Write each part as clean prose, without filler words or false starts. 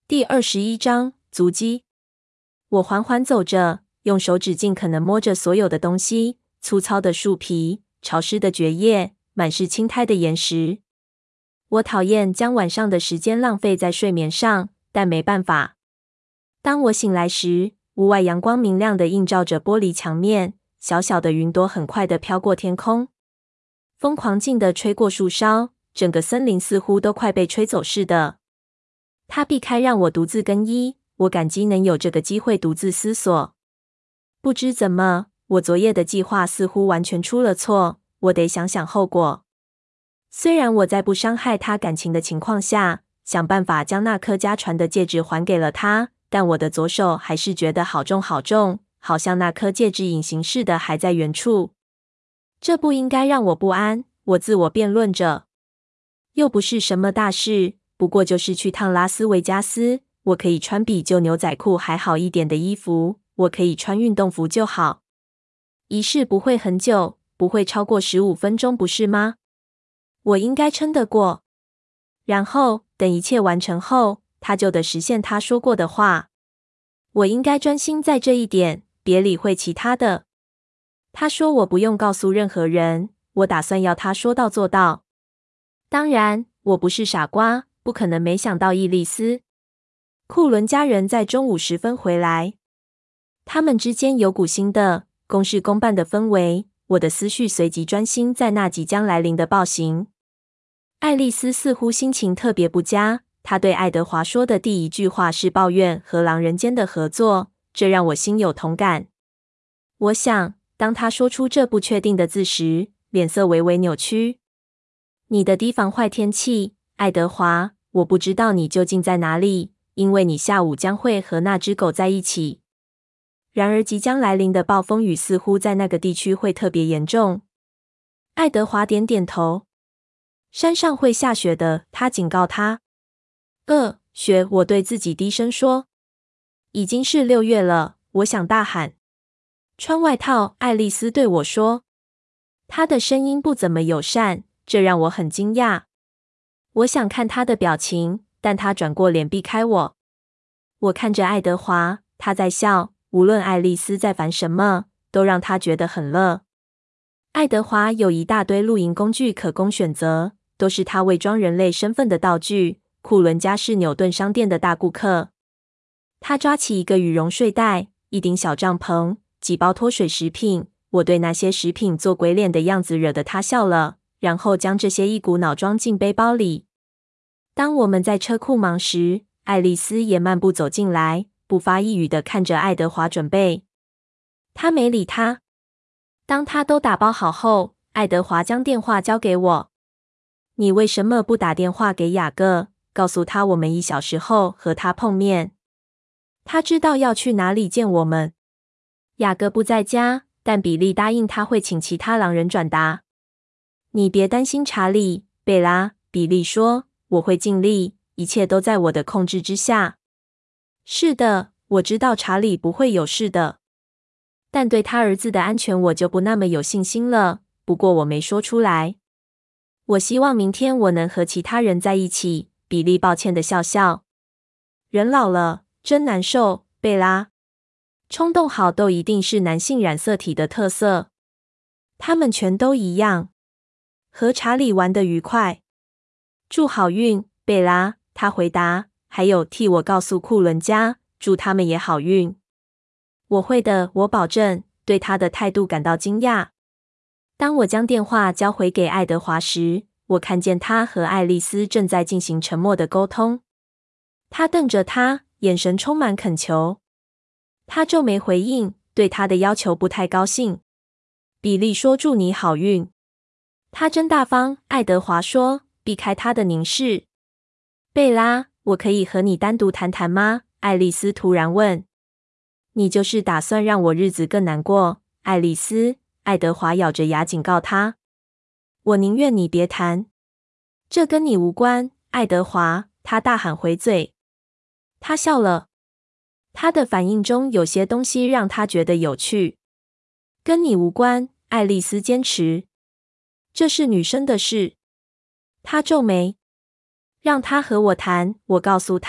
第21章足迹。我缓缓走着，用手指尽可能摸着所有的东西，粗糙的树皮，潮湿的蕨叶，满是青苔的岩石。我讨厌将晚上的时间浪费在睡眠上，但没办法。当我醒来时，屋外阳光明亮地映照着玻璃墙面，小小的云朵很快地飘过天空。风狂劲地吹过树梢，整个森林似乎都快被吹走似的。他避开让我独自更衣，我感激能有这个机会独自思索。不知怎么，我昨夜的计划似乎完全出了错，我得想想后果。虽然我在不伤害他感情的情况下，想办法将那颗家传的戒指还给了他，但我的左手还是觉得好重好重，好像那颗戒指隐形似的还在原处。这不应该让我不安，我自我辩论着。又不是什么大事，不过就是去趟拉斯维加斯，我可以穿比旧牛仔裤还好一点的衣服，我可以穿运动服就好。仪式不会很久，不会超过15分钟，不是吗？我应该撑得过。然后，等一切完成后，他就得实现他说过的话。我应该专心在这一点，别理会其他的。他说我不用告诉任何人，我打算要他说到做到。当然，我不是傻瓜，不可能没想到伊丽丝。库伦家人在中午时分回来，他们之间有股新的公事公办的氛围，我的思绪随即专心在那即将来临的暴行。爱丽丝似乎心情特别不佳，她对爱德华说的第一句话是抱怨和狼人间的合作，这让我心有同感。我想，当他说出这不确定的字时，脸色微微扭曲。你的提防坏天气，爱德华，我不知道你究竟在哪里，因为你下午将会和那只狗在一起。然而即将来临的暴风雨似乎在那个地区会特别严重。爱德华点点头。山上会下雪的，他警告他。雪，我对自己低声说。已经是6月了，我想大喊。穿外套，爱丽丝对我说。她的声音不怎么友善，这让我很惊讶。我想看她的表情，但她转过脸避开我。我看着爱德华，他在笑，无论爱丽丝在烦什么，都让他觉得很乐。爱德华有一大堆露营工具可供选择，都是他伪装人类身份的道具。库伦家是纽顿商店的大顾客。他抓起一个羽绒睡袋，一顶小帐篷，几包脱水食品。我对那些食品做鬼脸的样子惹得他笑了，然后将这些一股脑装进背包里。当我们在车库忙时，爱丽丝也漫步走进来，不发一语地看着爱德华准备。他没理他。当他都打包好后，爱德华将电话交给我。你为什么不打电话给雅各，告诉他我们1小时后和他碰面？他知道要去哪里见我们。雅各不在家，但比利答应他会请其他狼人转达。你别担心查理，贝拉，比利说，我会尽力，一切都在我的控制之下。是的，我知道查理不会有事的。但对他儿子的安全我就不那么有信心了，不过我没说出来。我希望明天我能和其他人在一起，比利抱歉地笑笑。人老了，真难受，贝拉。冲动好斗一定是男性染色体的特色。他们全都一样。和查理玩得愉快。祝好运，贝拉，他回答，还有替我告诉库伦家，祝他们也好运。我会的，我保证，对他的态度感到惊讶。当我将电话交回给爱德华时，我看见他和爱丽丝正在进行沉默的沟通。他瞪着他，眼神充满恳求。他皱眉回应，对他的要求不太高兴。比利说祝你好运。他真大方，爱德华说，避开他的凝视。贝拉，我可以和你单独谈谈吗？爱丽丝突然问。你就是打算让我日子更难过，爱丽丝，爱德华咬着牙警告他。我宁愿你别谈。这跟你无关，爱德华，他大喊回嘴。他笑了。他的反应中有些东西让他觉得有趣。跟你无关，爱丽丝坚持。这是女生的事。他皱眉。让他和我谈，我告诉他，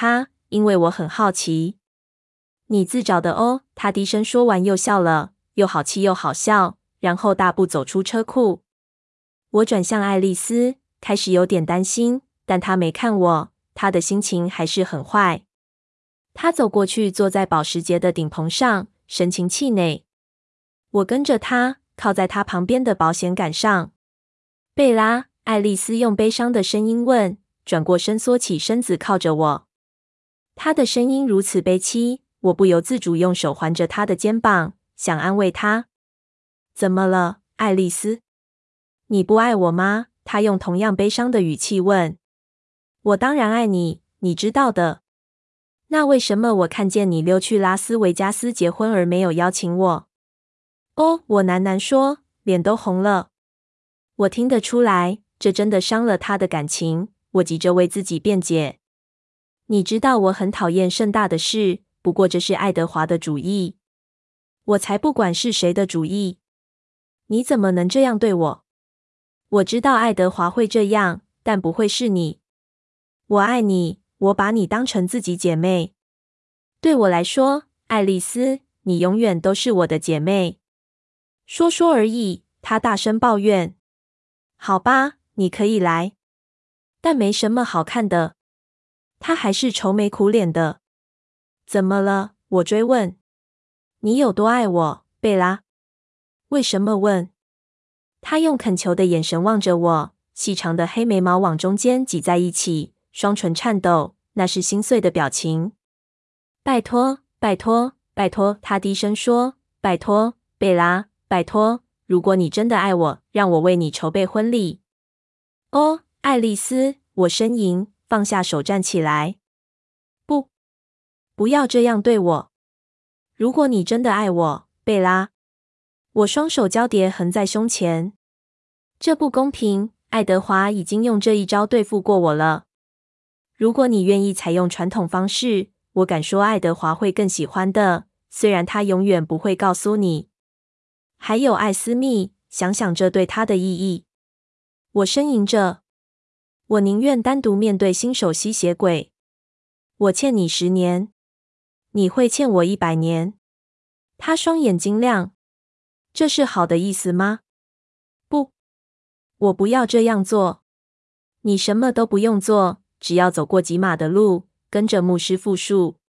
因为我很好奇。你自找的哦，他低声说完又笑了，又好气又好笑，然后大步走出车库。我转向爱丽丝，开始有点担心，但她没看我，她的心情还是很坏。她走过去，坐在保时捷的顶棚上，神情气馁。我跟着她，靠在她旁边的保险杆上。贝拉，爱丽丝用悲伤的声音问，转过身缩起身子靠着我。她的声音如此悲凄，我不由自主用手环着她的肩膀，想安慰她。怎么了，爱丽丝？你不爱我吗？她用同样悲伤的语气问。我当然爱你，你知道的。那为什么我看见你溜去拉斯维加斯结婚而没有邀请我？哦，我喃喃说，脸都红了。我听得出来，这真的伤了他的感情。我急着为自己辩解。你知道我很讨厌盛大的事，不过这是爱德华的主意。我才不管是谁的主意。你怎么能这样对我？我知道爱德华会这样，但不会是你。我爱你，我把你当成自己姐妹。对我来说，爱丽丝，你永远都是我的姐妹。说说而已，她大声抱怨。好吧，你可以来。但没什么好看的。她还是愁眉苦脸的。怎么了？我追问。你有多爱我，贝拉？为什么问？她用恳求的眼神望着我，细长的黑眉毛往中间挤在一起，双唇颤抖，那是心碎的表情。拜托，拜托，拜托，她低声说，拜托，贝拉，拜托，如果你真的爱我，让我为你筹备婚礼。哦，爱丽丝，我呻吟，放下手站起来。不，不要这样对我。如果你真的爱我，贝拉。我双手交叠横在胸前。这不公平，爱德华已经用这一招对付过我了。如果你愿意采用传统方式，我敢说爱德华会更喜欢的，虽然他永远不会告诉你。还有艾斯密，想想这对他的意义。我呻吟着，我宁愿单独面对新手吸血鬼。我欠你10年，你会欠我100年。他双眼晶亮。这是好的意思吗？不，我不要这样做。你什么都不用做，只要走过几码的路，跟着牧师复述。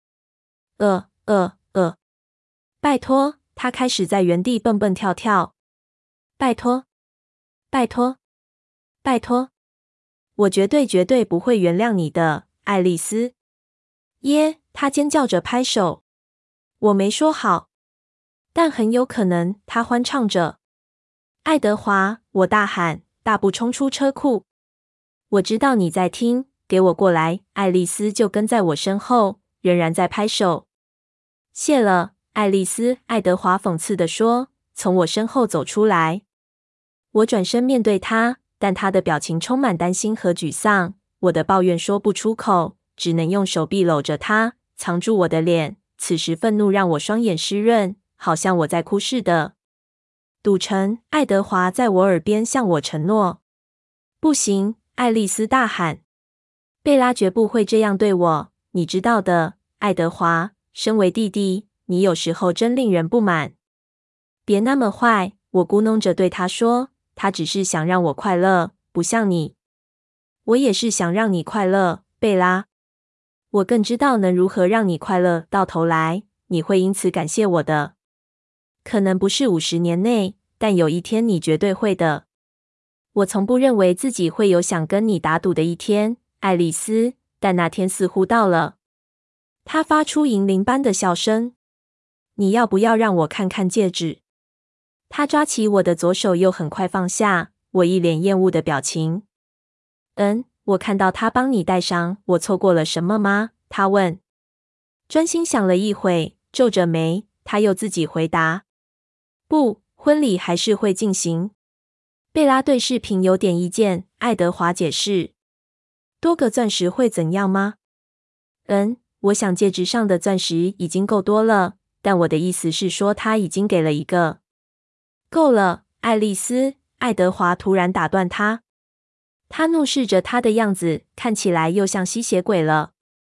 拜托，他开始在原地蹦蹦跳跳。拜托，拜托，拜托，我绝对绝对不会原谅你的，爱丽丝。耶！他尖叫着拍手。我没说好。但很有可能，他欢唱着。爱德华，我大喊，大步冲出车库。我知道你在听，给我过来！爱丽丝就跟在我身后，仍然在拍手。谢了，爱丽丝，爱德华讽刺地说，从我身后走出来。我转身面对他，但他的表情充满担心和沮丧。我的抱怨说不出口，只能用手臂搂着他，藏住我的脸。此时愤怒让我双眼湿润。好像我在哭似的。赌城，爱德华在我耳边向我承诺。不行，爱丽丝大喊。贝拉绝不会这样对我，你知道的，爱德华，身为弟弟，你有时候真令人不满。别那么坏，我咕哝着对他说，他只是想让我快乐，不像你。我也是想让你快乐，贝拉。我更知道能如何让你快乐，到头来，你会因此感谢我的。可能不是50年内，但有一天你绝对会的。我从不认为自己会有想跟你打赌的一天，爱丽丝，但那天似乎到了。他发出银铃般的笑声。你要不要让我看看戒指？他抓起我的左手，又很快放下，我一脸厌恶的表情。我看到他帮你戴上，我错过了什么吗？他问。专心想了一会，皱着眉，他又自己回答。不，婚礼还是会进行。贝拉对视频有点意见，爱德华解释。多个钻石会怎样吗？我想戒指上的钻石已经够多了，但我的意思是说他已经给了一个。够了，爱丽丝，爱德华突然打断他。他怒视着他的样子，看起来又像吸血鬼了。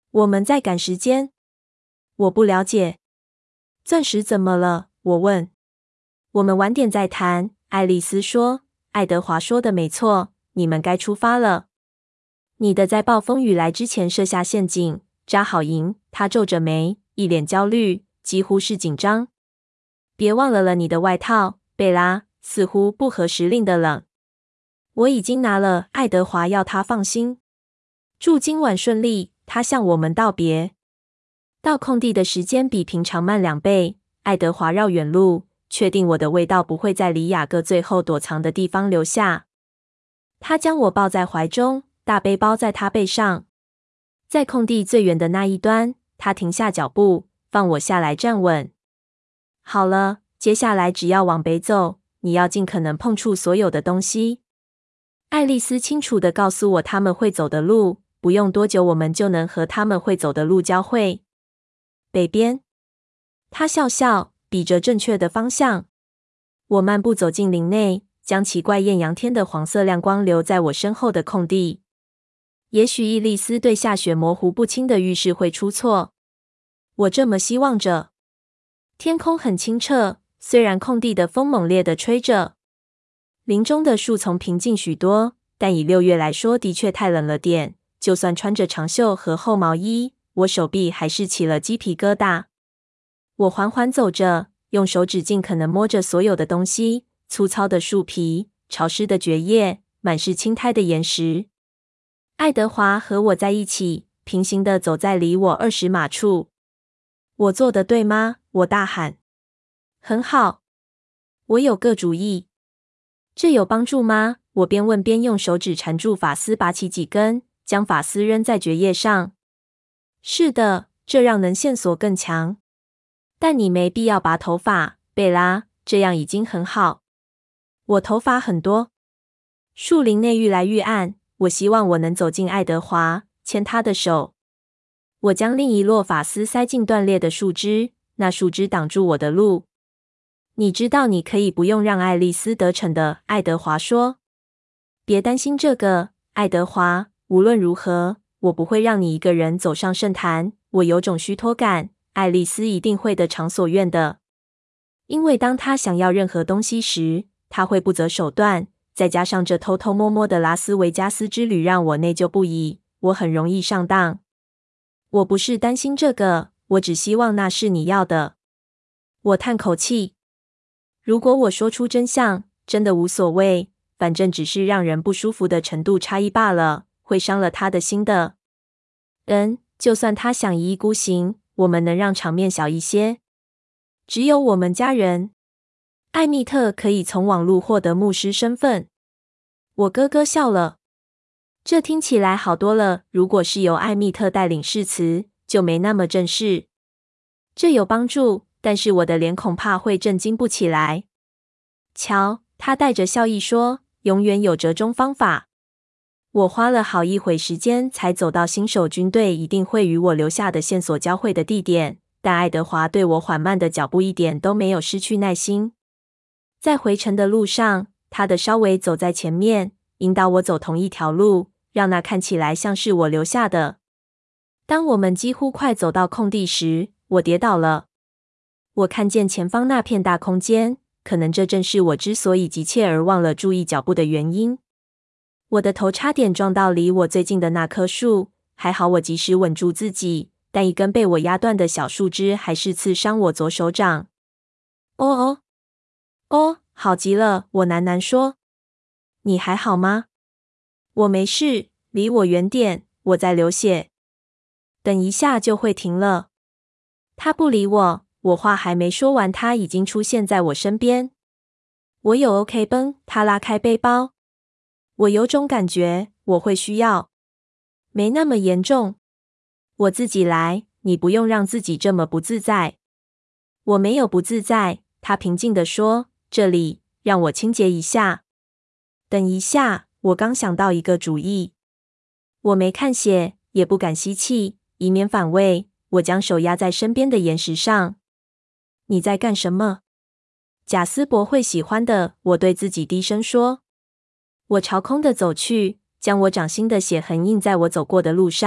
我们在赶时间。我不了解。钻石怎么了？我问。我们晚点再谈，爱丽丝说。爱德华说的没错，你们该出发了。你得在暴风雨来之前设下陷阱，扎好营。他皱着眉，一脸焦虑，几乎是紧张。别忘了你的外套，贝拉，似乎不合时令的冷。我已经拿了，爱德华要他放心。祝今晚顺利，他向我们道别。到空地的时间比平常慢2倍。爱德华绕远路，确定我的味道不会在离雅各最后躲藏的地方留下。他将我抱在怀中，大背包在他背上。在空地最远的那一端，他停下脚步，放我下来站稳。好了，接下来只要往北走，你要尽可能碰触所有的东西。爱丽丝清楚地告诉我他们会走的路，不用多久我们就能和他们会走的路交汇。北边。他笑笑，比着正确的方向。我漫步走进林内，将奇怪艳阳天的黄色亮光留在我身后的空地。也许伊丽丝对下雪模糊不清的预示会出错，我这么希望着。天空很清澈，虽然空地的风猛烈地吹着。林中的树丛平静许多，但以6月来说的确太冷了点。就算穿着长袖和厚毛衣，我手臂还是起了鸡皮疙瘩。我缓缓走着，用手指尽可能摸着所有的东西，粗糙的树皮，潮湿的蕨叶，满是青苔的岩石。爱德华和我在一起，平行地走在离我20码处。我做得对吗？我大喊。很好。我有个主意。这有帮助吗？我边问边用手指缠住发丝，拔起几根，将发丝扔在蕨叶上。是的，这让能线索更强。但你没必要拔头发，贝拉，这样已经很好。我头发很多。树林内愈来愈暗，我希望我能走进爱德华，牵他的手。我将另一摞发丝塞进断裂的树枝，那树枝挡住我的路。你知道你可以不用让爱丽丝得逞的，爱德华说。别担心这个，爱德华，无论如何，我不会让你一个人走上圣坛。我有种虚脱感。爱丽丝一定会得偿所愿的，因为当她想要任何东西时，她会不择手段。再加上这偷偷摸摸的拉斯维加斯之旅让我内疚不已，我很容易上当。我不是担心这个，我只希望那是你要的。我叹口气。如果我说出真相，真的无所谓，反正只是让人不舒服的程度差异罢了，会伤了他的心的。就算他想一意孤行，我们能让场面小一些。只有我们家人。艾密特可以从网路获得牧师身份。我咯咯笑了。这听起来好多了，如果是由艾密特带领誓词，就没那么正式。这有帮助，但是我的脸恐怕会震惊不起来。瞧，他带着笑意说，永远有折中方法。我花了好一会时间才走到新手军队一定会与我留下的线索交汇的地点，但爱德华对我缓慢的脚步一点都没有失去耐心。在回程的路上，他的稍微走在前面，引导我走同一条路，让那看起来像是我留下的。当我们几乎快走到空地时，我跌倒了。我看见前方那片大空间，可能这正是我之所以急切而忘了注意脚步的原因。我的头差点撞到离我最近的那棵树，还好我及时稳住自己，但一根被我压断的小树枝还是刺伤我左手掌。哦，好极了，我喃喃说。你还好吗？我没事，离我远点，我在流血。等一下就会停了。他不理我，我话还没说完，他已经出现在我身边。我有 OK 绷，他拉开背包。我有种感觉，我会需要。没那么严重。我自己来，你不用让自己这么不自在。我没有不自在，他平静地说，这里，让我清洁一下。等一下，我刚想到一个主意。我没看血，也不敢吸气，以免反胃。我将手压在身边的岩石上。你在干什么？贾斯伯会喜欢的，我对自己低声说。我朝空的走去，将我掌心的血痕印在我走过的路上，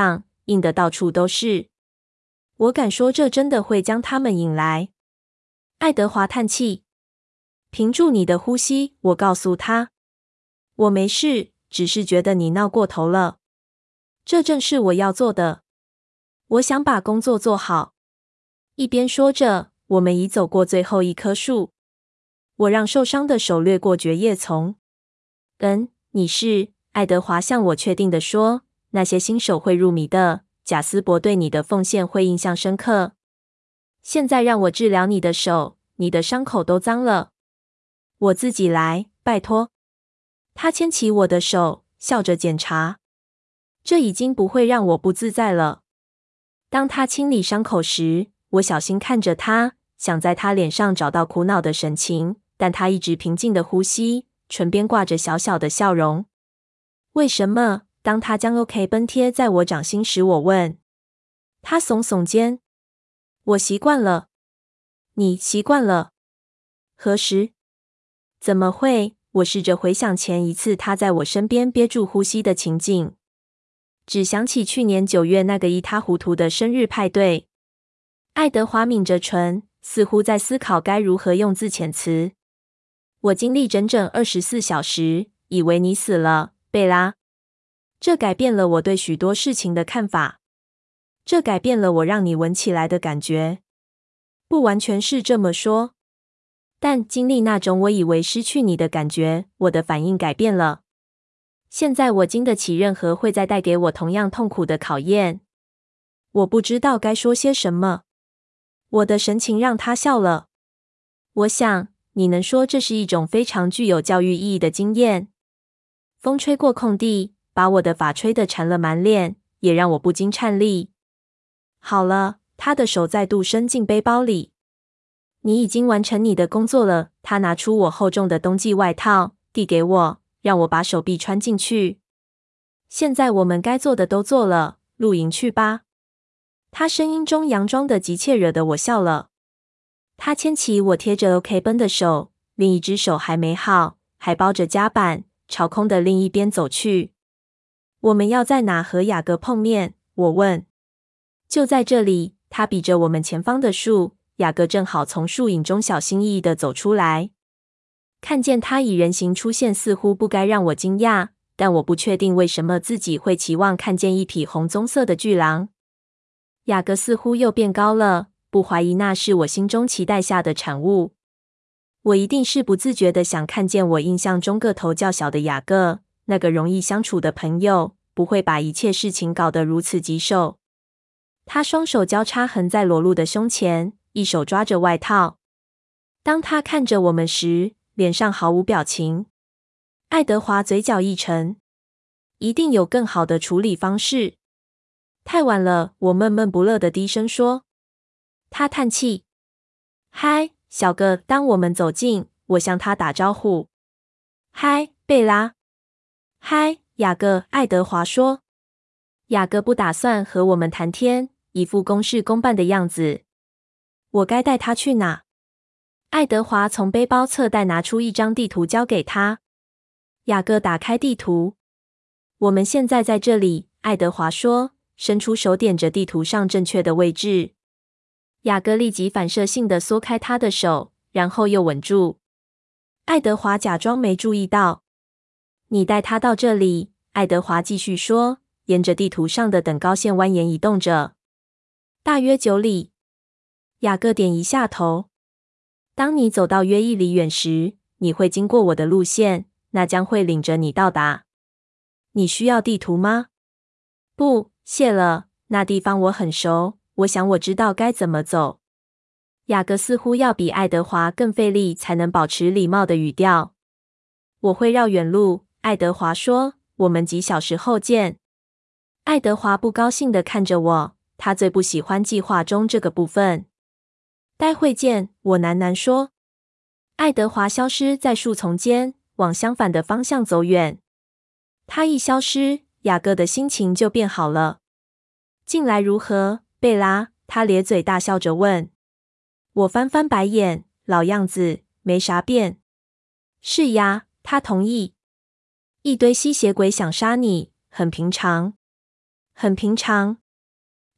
硬得到处都是。我敢说这真的会将他们引来。爱德华叹气。屏住你的呼吸，我告诉他。我没事，只是觉得你闹过头了。这正是我要做的。我想把工作做好。一边说着，我们已走过最后一棵树。我让受伤的手掠过蕨叶丛。你是，爱德华向我确定地说，那些新手会入迷的，贾斯伯对你的奉献会印象深刻。现在让我治疗你的手，你的伤口都脏了。我自己来，拜托。他牵起我的手，笑着检查。这已经不会让我不自在了。当他清理伤口时，我小心看着他，想在他脸上找到苦恼的神情，但他一直平静的呼吸，唇边挂着小小的笑容。为什么？当他将 OK 绷贴在我掌心时，我问。他耸耸肩。我习惯了。你习惯了？何时？怎么会？我试着回想前一次他在我身边憋住呼吸的情景，只想起去年9月那个一塌糊涂的生日派对。爱德华抿着唇，似乎在思考该如何用字遣词。我经历整整24小时，以为你死了，贝拉。这改变了我对许多事情的看法。这改变了我让你闻起来的感觉。不完全是这么说。但经历那种我以为失去你的感觉，我的反应改变了。现在我经得起任何会再带给我同样痛苦的考验。我不知道该说些什么。我的神情让他笑了。我想，你能说这是一种非常具有教育意义的经验。风吹过空地，把我的发吹得缠了满脸，也让我不禁颤栗。好了，他的手再度伸进背包里。你已经完成你的工作了。他拿出我厚重的冬季外套，递给我，让我把手臂穿进去。现在我们该做的都做了，露营去吧。他声音中佯装的急切惹得我笑了。他牵起我贴着 OK 绷的手，另一只手还没好，还包着夹板，朝空的另一边走去。我们要在哪和雅各碰面？我问。就在这里，他比着我们前方的树。雅各正好从树影中小心翼翼地走出来。看见他以人形出现，似乎不该让我惊讶，但我不确定为什么自己会期望看见一匹红棕色的巨狼。雅各似乎又变高了，不怀疑那是我心中期待下的产物。我一定是不自觉地想看见我印象中个头较小的雅各，那个容易相处的朋友，不会把一切事情搞得如此棘手。他双手交叉横在裸露的胸前，一手抓着外套。当他看着我们时，脸上毫无表情。爱德华嘴角一沉。一定有更好的处理方式。太晚了，我闷闷不乐地低声说。他叹气。嗨，小个。当我们走近，我向他打招呼。嗨，贝拉。嗨，雅各。爱德华说。雅各不打算和我们谈天，一副公事公办的样子。我该带他去哪？爱德华从背包侧袋拿出一张地图交给他。雅各打开地图。我们现在在这里，爱德华说，伸出手点着地图上正确的位置。雅各立即反射性地缩开他的手，然后又稳住。爱德华假装没注意到。你带他到这里，爱德华继续说，沿着地图上的等高线蜿蜒移动着。大约9里。雅各点一下头。当你走到约1里远时，你会经过我的路线，那将会领着你到达。你需要地图吗？不，谢了，那地方我很熟，我想我知道该怎么走。雅各似乎要比爱德华更费力才能保持礼貌的语调。我会绕远路，爱德华说，我们几小时后见。爱德华不高兴地看着我，他最不喜欢计划中这个部分。待会见，我喃喃说。爱德华消失在树丛间，往相反的方向走远。他一消失，雅各的心情就变好了。近来如何，贝拉？他咧嘴大笑着问。我翻翻白眼，老样子，没啥变。是呀，他同意。一堆吸血鬼想杀你，很平常。很平常。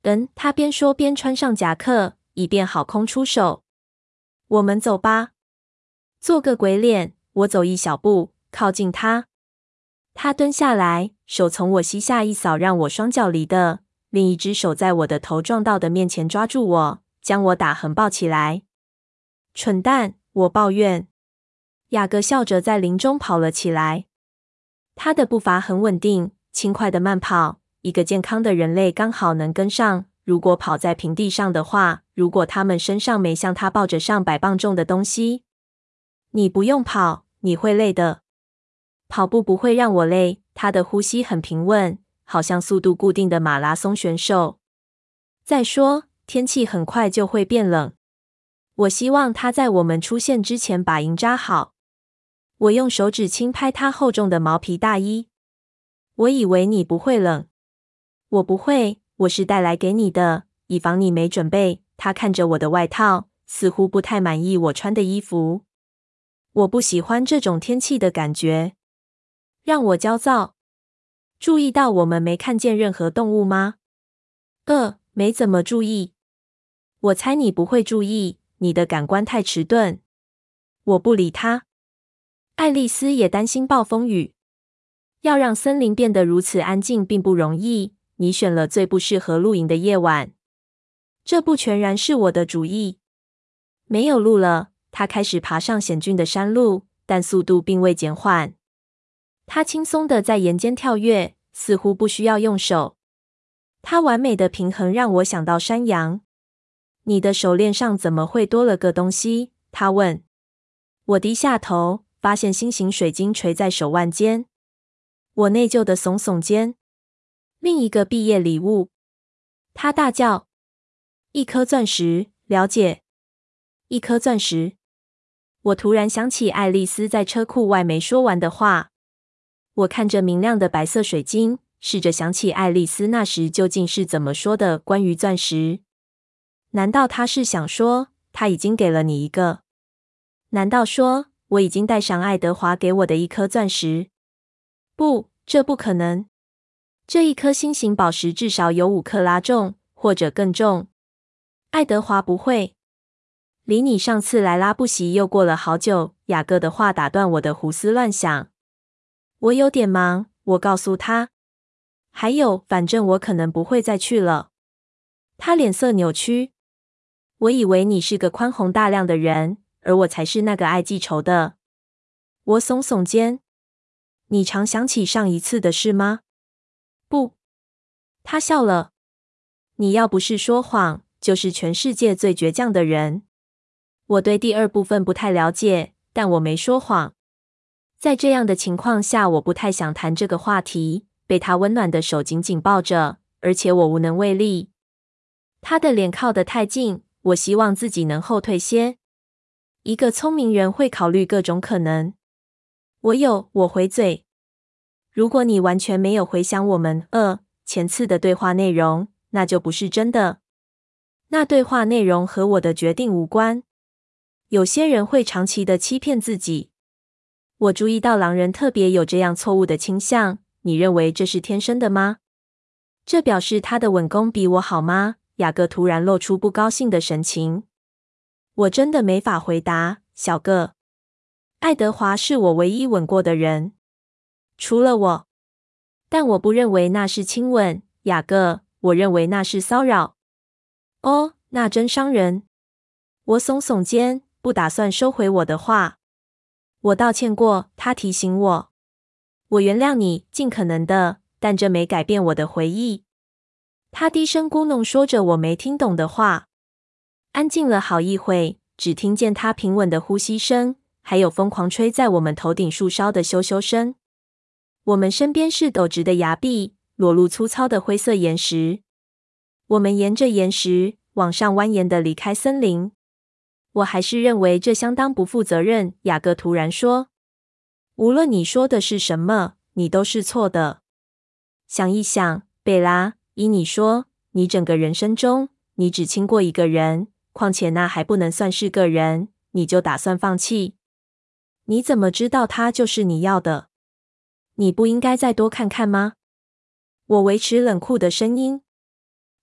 他边说边穿上夹克，以便好空出手。我们走吧。做个鬼脸，我走一小步，靠近他。他蹲下来，手从我膝下一扫，让我双脚离地，另一只手在我的头撞到的面前抓住我，将我打横抱起来。蠢蛋，我抱怨。雅各笑着在林中跑了起来。他的步伐很稳定，轻快的慢跑，一个健康的人类刚好能跟上。如果跑在平地上的话，如果他们身上没像他抱着上百磅重的东西。你不用跑，你会累的。跑步不会让我累，他的呼吸很平稳，好像速度固定的马拉松选手。再说，天气很快就会变冷。我希望他在我们出现之前把营扎好。我用手指轻拍他厚重的毛皮大衣。我以为你不会冷。我不会，我是带来给你的，以防你没准备。他看着我的外套，似乎不太满意我穿的衣服。我不喜欢这种天气的感觉，让我焦躁。注意到我们没看见任何动物吗？没怎么注意。我猜你不会注意，你的感官太迟钝。我不理他。爱丽丝也担心暴风雨。要让森林变得如此安静并不容易，你选了最不适合露营的夜晚。这不全然是我的主意。没有路了，他开始爬上险峻的山路，但速度并未减缓。他轻松地在岩间跳跃，似乎不需要用手。他完美的平衡让我想到山羊。你的手链上怎么会多了个东西？他问。我低下头，发现心形水晶垂在手腕间。我内疚的耸耸肩。另一个毕业礼物。他大叫。一颗钻石，了解。一颗钻石。我突然想起爱丽丝在车库外没说完的话。我看着明亮的白色水晶，试着想起爱丽丝那时究竟是怎么说的关于钻石。难道她是想说，她已经给了你一个？难道说，我已经带上爱德华给我的一颗钻石？不，这不可能。这一颗心形宝石至少有5克拉重，或者更重。爱德华不会。离你上次来拉布席又过了好久，雅各的话打断我的胡思乱想。我有点忙，我告诉他。还有，反正我可能不会再去了。他脸色扭曲。我以为你是个宽宏大量的人，而我才是那个爱记仇的。我耸耸肩。你常想起上一次的事吗？不。他笑了。你要不是说谎，就是全世界最倔强的人。我对第二部分不太了解，但我没说谎。在这样的情况下，我不太想谈这个话题，被他温暖的手紧紧抱着，而且我无能为力。他的脸靠得太近，我希望自己能后退些。一个聪明人会考虑各种可能。我回嘴。如果你完全没有回想我们前次的对话内容，那就不是真的。那对话内容和我的决定无关。有些人会长期的欺骗自己。我注意到狼人特别有这样错误的倾向，你认为这是天生的吗？这表示他的吻功比我好吗？雅各突然露出不高兴的神情。我真的没法回答，小个。爱德华是我唯一吻过的人。除了我。但我不认为那是亲吻，雅各，我认为那是骚扰。哦，那真伤人。我耸耸肩，不打算收回我的话。我道歉过，他提醒我。我原谅你，尽可能的，但这没改变我的回忆。他低声咕哝说着我没听懂的话。安静了好一会，只听见他平稳的呼吸声，还有疯狂吹在我们头顶树梢的咻咻声。我们身边是陡直的崖壁，裸露粗糙的灰色岩石。我们沿着岩石往上蜿蜒地离开森林。我还是认为这相当不负责任，雅各突然说。无论你说的是什么，你都是错的。想一想，贝拉，依你说，你整个人生中，你只亲过一个人，况且那还不能算是个人，你就打算放弃？你怎么知道他就是你要的？你不应该再多看看吗？我维持冷酷的声音。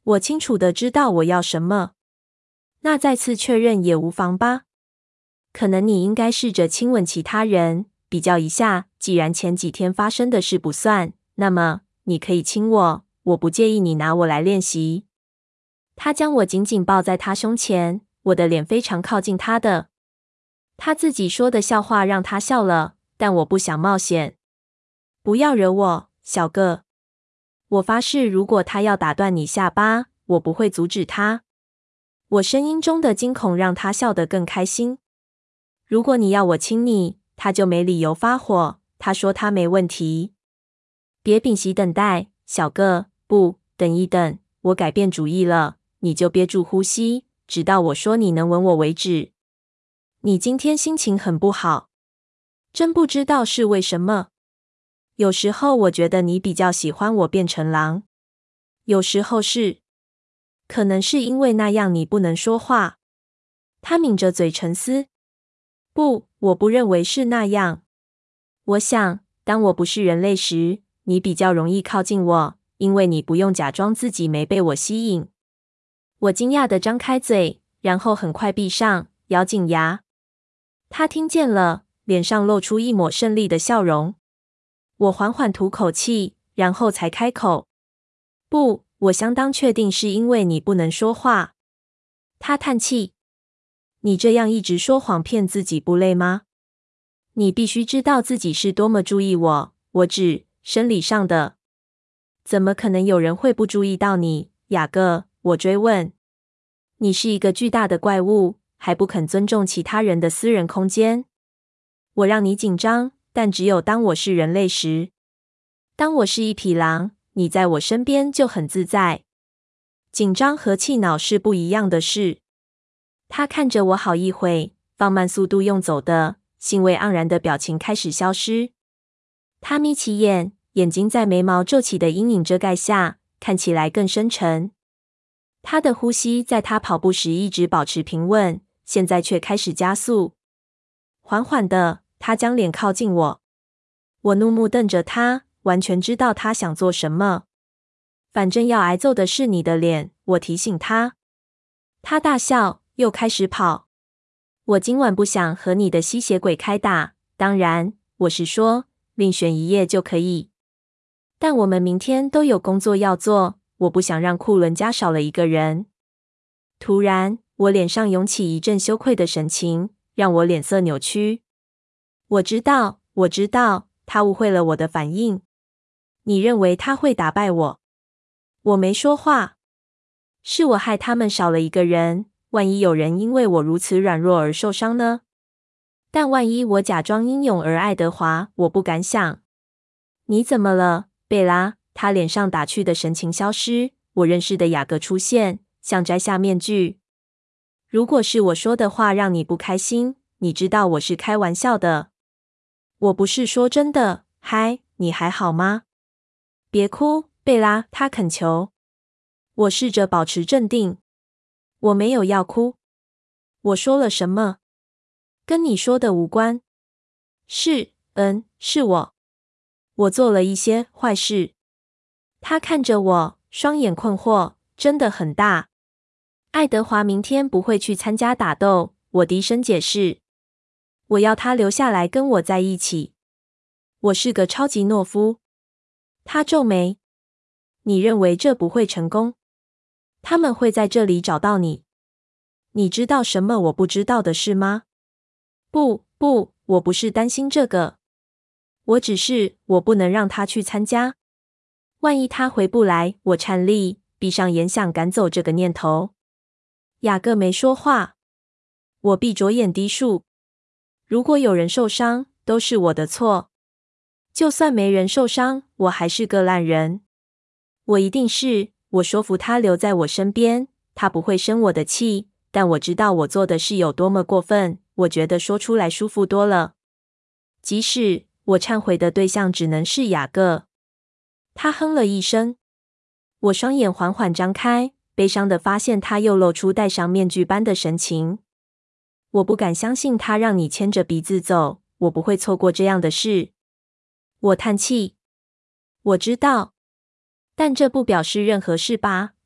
我清楚的知道我要什么。那再次确认也无妨吧。可能你应该试着亲吻其他人，比较一下，既然前几天发生的事不算，那么你可以亲我，我不介意你拿我来练习。他将我紧紧抱在他胸前，我的脸非常靠近他的。他自己说的笑话让他笑了，但我不想冒险。不要惹我，小个。我发誓，如果他要打断你下巴，我不会阻止他。我声音中的惊恐让他笑得更开心。如果你要我亲你，他就没理由发火。他说他没问题。别屏息等待，小个。不，等一等，我改变主意了。你就憋住呼吸，直到我说你能吻我为止。你今天心情很不好，真不知道是为什么。有时候我觉得你比较喜欢我变成狼，有时候是，可能是因为那样你不能说话。他抿着嘴沉思。不，我不认为是那样。我想，当我不是人类时，你比较容易靠近我，因为你不用假装自己没被我吸引。我惊讶地张开嘴，然后很快闭上，咬紧牙。他听见了，脸上露出一抹胜利的笑容。我缓缓吐口气，然后才开口。不，我相当确定是因为你不能说话。他叹气。你这样一直说谎骗自己不累吗？你必须知道自己是多么注意我，我指生理上的。怎么可能有人会不注意到你，雅各？我追问。你是一个巨大的怪物，还不肯尊重其他人的私人空间。我让你紧张，但只有当我是人类时。当我是一匹狼，你在我身边就很自在。紧张和气恼是不一样的事。他看着我好一会，放慢速度用走的，兴味盎然的表情开始消失。他眯起眼，眼睛在眉毛皱起的阴影遮盖下，看起来更深沉。他的呼吸在他跑步时一直保持平稳，现在却开始加速。缓缓的，他将脸靠近我。我怒目瞪着他，完全知道他想做什么。反正要挨揍的是你的脸，我提醒他。他大笑，又开始跑。我今晚不想和你的吸血鬼开打，当然，我是说，另选一夜就可以。但我们明天都有工作要做，我不想让库伦家少了一个人。突然，我脸上涌起一阵羞愧的神情，让我脸色扭曲。我知道，他误会了我的反应。你认为他会打败我？我没说话。是我害他们少了一个人，万一有人因为我如此软弱而受伤呢？但万一我假装英勇而爱德华，我不敢想。你怎么了，贝拉？他脸上打趣的神情消失，我认识的雅各出现，像摘下面具。如果是我说的话让你不开心，你知道我是开玩笑的。我不是说真的。嗨，你还好吗？别哭，贝拉，他恳求。我试着保持镇定。我没有要哭。我说了什么？跟你说的无关。是我。我做了一些坏事。他看着我，双眼困惑，真的很大。爱德华明天不会去参加打斗，我低声解释。我要他留下来跟我在一起。我是个超级懦夫。他皱眉。你认为这不会成功？他们会在这里找到你。你知道什么我不知道的事吗？不，我不是担心这个。我只是，我不能让他去参加。万一他回不来，我颤栗，闭上眼想赶走这个念头。雅各没说话。我闭着眼低述。如果有人受伤，都是我的错。就算没人受伤，我还是个烂人。我一定是，我说服他留在我身边，他不会生我的气，但我知道我做的事有多么过分，我觉得说出来舒服多了。即使我忏悔的对象只能是雅各。他哼了一声。我双眼缓缓张开，悲伤的发现他又露出戴上面具般的神情。我不敢相信他让你牵着鼻子走，我不会错过这样的事。我叹气。我知道。但这不表示任何事吧？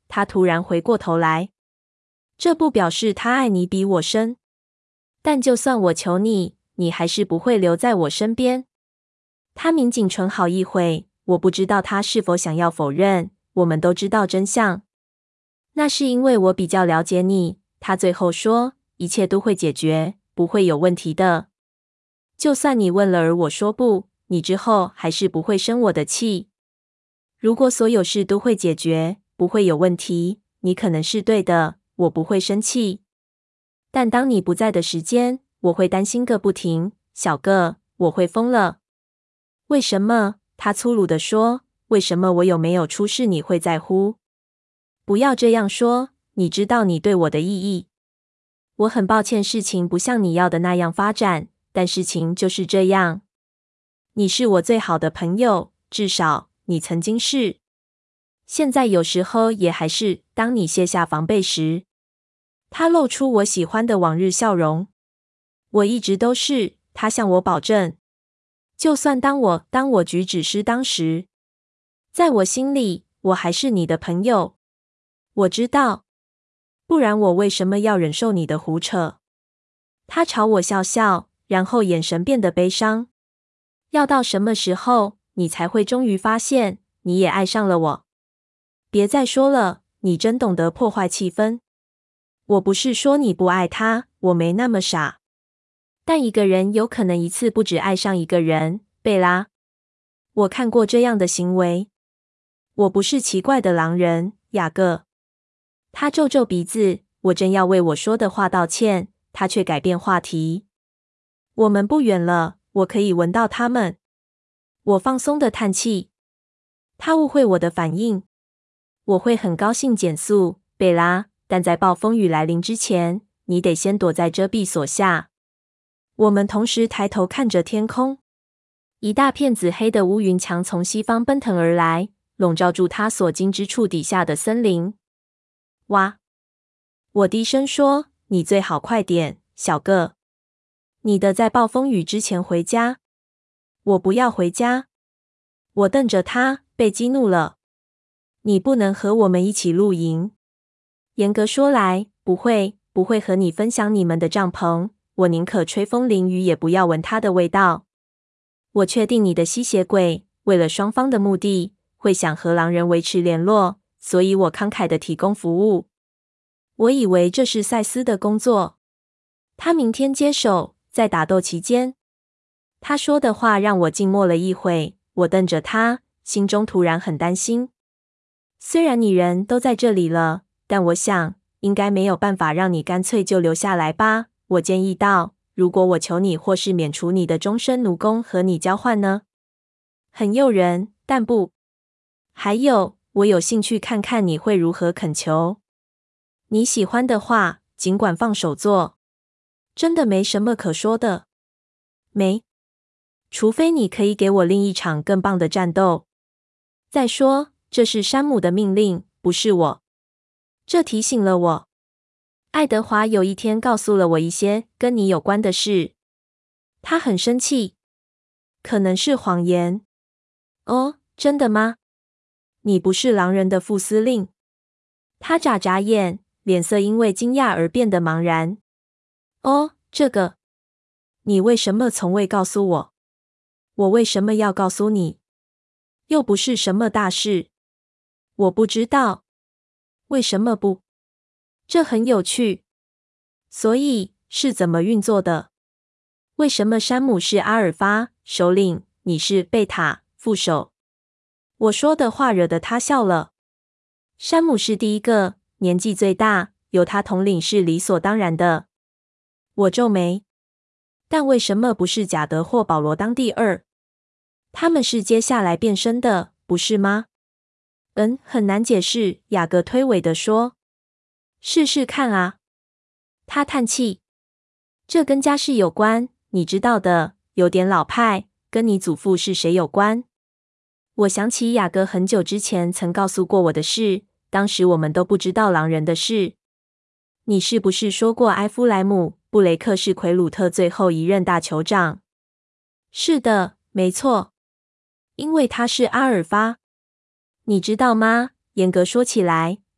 他突然回过头来。这不表示他爱你比我深。但就算我求你，你还是不会留在我身边。他抿紧唇好一会，我不知道他是否想要否认。我们都知道真相。那是因为我比较了解你，他最后说，一切都会解决，不会有问题的。就算你问了而我说不，你之后还是不会生我的气。如果所有事都会解决，不会有问题，你可能是对的，我不会生气。但当你不在的时间，我会担心个不停，小个，我会疯了。为什么？他粗鲁地说，为什么我有没有出事你会在乎？不要这样说，你知道你对我的意义。我很抱歉事情不像你要的那样发展，但事情就是这样。你是我最好的朋友，至少你曾经是。现在有时候也还是，当你卸下防备时。他露出我喜欢的往日笑容。我一直都是，他向我保证。就算当我举止失当时，在我心里，我还是你的朋友。我知道，不然我为什么要忍受你的胡扯？他朝我笑笑，然后眼神变得悲伤。要到什么时候，你才会终于发现，你也爱上了我？别再说了，你真懂得破坏气氛。我不是说你不爱他，我没那么傻。但一个人有可能一次不止爱上一个人，贝拉。我看过这样的行为。我不是奇怪的狼人，雅各。他皱皱鼻子，我正要为我说的话道歉，他却改变话题。我们不远了，我可以闻到他们。我放松地叹气。他误会我的反应。我会很高兴减速，贝拉，但在暴风雨来临之前，你得先躲在遮蔽所下。我们同时抬头看着天空。一大片紫黑的乌云墙从西方奔腾而来，笼罩住他所经之处底下的森林。哇！我低声说，你最好快点，小个。你得在暴风雨之前回家。我不要回家。我瞪着他，被激怒了。你不能和我们一起露营。严格说来，不会和你分享你们的帐篷。我宁可吹风淋雨，也不要闻它的味道。我确定你的吸血鬼为了双方的目的，会想和狼人维持联络，所以我慷慨地提供服务。我以为这是赛斯的工作。他明天接手，在打斗期间。他说的话让我静默了一会，我瞪着他，心中突然很担心。虽然你人都在这里了，但我想应该没有办法让你干脆就留下来吧，我建议道。如果我求你或是免除你的终身奴工和你交换呢？很诱人，但不。还有，我有兴趣看看你会如何恳求。你喜欢的话，尽管放手做。真的没什么可说的。没。除非你可以给我另一场更棒的战斗。再说，这是山姆的命令，不是我。这提醒了我。爱德华有一天告诉了我一些跟你有关的事。他很生气。可能是谎言。哦，真的吗？你不是狼人的副司令。他眨眨眼，脸色因为惊讶而变得茫然。哦，这个。你为什么从未告诉我？我为什么要告诉你？又不是什么大事。我不知道。为什么不？这很有趣。所以，是怎么运作的？为什么山姆是阿尔法首领，你是贝塔副手？我说的话惹得他笑了。山姆是第一个，年纪最大，由他统领是理所当然的。我皱眉。但为什么不是贾德或保罗当第二？他们是接下来变身的，不是吗？很难解释，雅各推诿地说。试试看啊。他叹气。这跟家世有关，你知道的，有点老派，跟你祖父是谁有关。我想起雅各很久之前曾告诉过我的事，当时我们都不知道狼人的事。你是不是说过埃夫莱姆·布雷克是奎鲁特最后一任大酋长？是的，没错。因为他是阿尔法。你知道吗？严格说起来，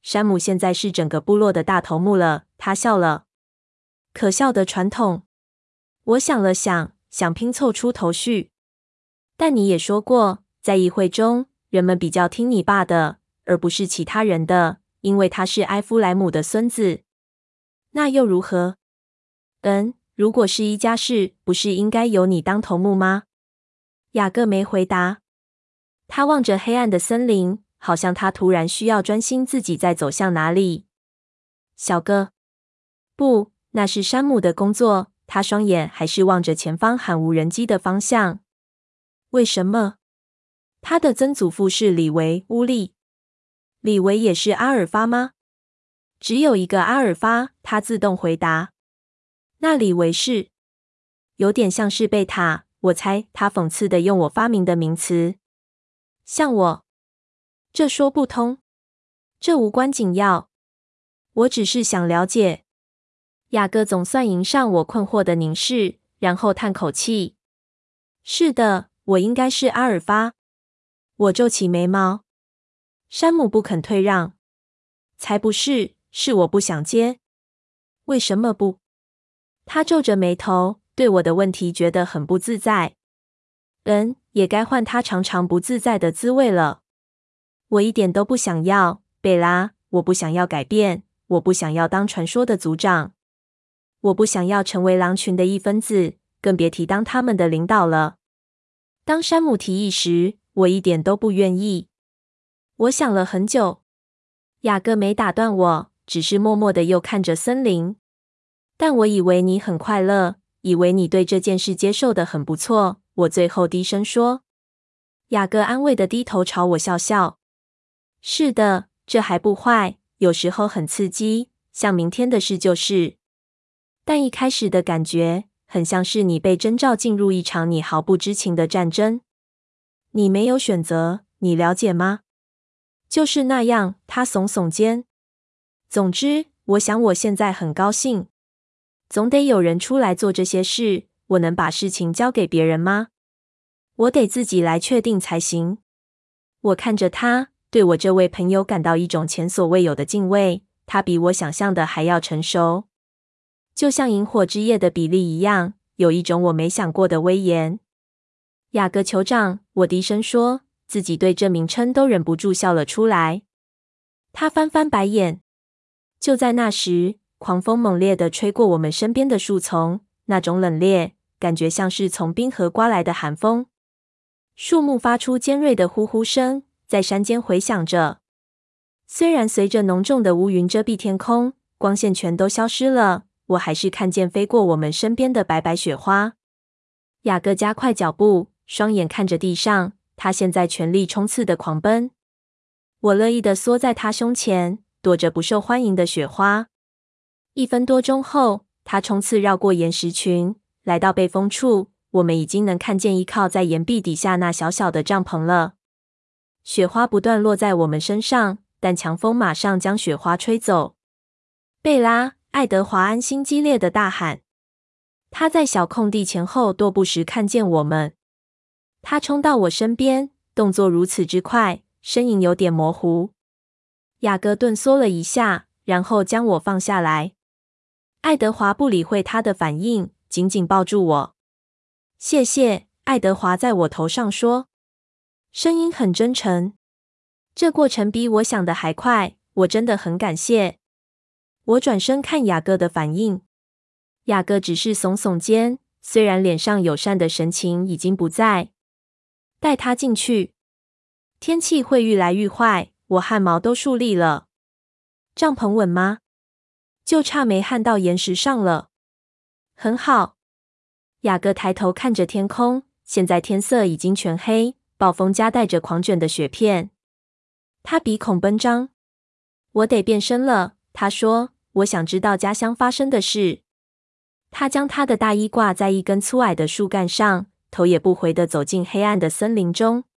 山姆现在是整个部落的大头目了。他笑了。可笑的传统。我想了想，想拼凑出头绪。但你也说过，在议会中，人们比较听你爸的，而不是其他人的，因为他是埃夫莱姆的孙子。那又如何？如果是一家事，不是应该由你当头目吗？雅各没回答。他望着黑暗的森林，好像他突然需要专心自己在走向哪里。小哥，不，那是山姆的工作。他双眼还是望着前方罕无人迹的方向。为什么？他的曾祖父是李维·乌利。李维也是阿尔法吗？只有一个阿尔法，他自动回答。那李维是？有点像是贝塔，我猜。他讽刺地用我发明的名词。像我？这说不通。这无关紧要。我只是想了解。雅各总算迎上我困惑的凝视，然后叹口气。是的，我应该是阿尔法。我皱起眉毛。山姆不肯退让。才不是，是我不想接。为什么不？他皱着眉头，对我的问题觉得很不自在。也该换他常常不自在的滋味了。我一点都不想要，贝拉，我不想要改变，我不想要当传说的族长。我不想要成为狼群的一分子，更别提当他们的领导了。当山姆提议时，我一点都不愿意。我想了很久。雅各没打断我，只是默默地又看着森林。但我以为你很快乐，以为你对这件事接受得很不错，我最后低声说。雅各安慰地低头朝我笑笑。是的，这还不坏，有时候很刺激，像明天的事就是。但一开始的感觉，很像是你被征召进入一场你毫不知情的战争。你没有选择，你了解吗？就是那样，他耸耸肩。总之，我想我现在很高兴。总得有人出来做这些事，我能把事情交给别人吗？我得自己来确定才行。我看着他，对我这位朋友感到一种前所未有的敬畏。他比我想象的还要成熟。就像萤火之夜的比利一样，有一种我没想过的威严。雅各酋长，我低声说，自己对这名称都忍不住笑了出来。他翻翻白眼。就在那时，狂风猛烈地吹过我们身边的树丛，那种冷冽，感觉像是从冰河刮来的寒风。树木发出尖锐的呼呼声，在山间回响着。虽然随着浓重的乌云遮蔽天空，光线全都消失了，我还是看见飞过我们身边的白白雪花。雅各加快脚步，双眼看着地上，他现在全力冲刺的狂奔。我乐意地缩在他胸前，躲着不受欢迎的雪花。1分多钟后，他冲刺绕过岩石群，来到背风处，我们已经能看见依靠在岩壁底下那小小的帐篷了。雪花不断落在我们身上，但强风马上将雪花吹走。贝拉，爱德华安心激烈的大喊。他在小空地前后踱步时看见我们。他冲到我身边，动作如此之快，身影有点模糊。雅各顿缩了一下，然后将我放下来。爱德华不理会他的反应，紧紧抱住我。谢谢，爱德华在我头上说，声音很真诚。这过程比我想的还快，我真的很感谢。我转身看雅各的反应。雅各只是耸耸肩，虽然脸上友善的神情已经不在。带他进去。天气会愈来愈坏，我汗毛都竖立了。帐篷稳吗？就差没焊到岩石上了。很好。雅各抬头看着天空，现在天色已经全黑，暴风夹带着狂卷的雪片。他鼻孔奔张。我得变身了，他说，我想知道家乡发生的事。他将他的大衣挂在一根粗矮的树干上，头也不回地走进黑暗的森林中。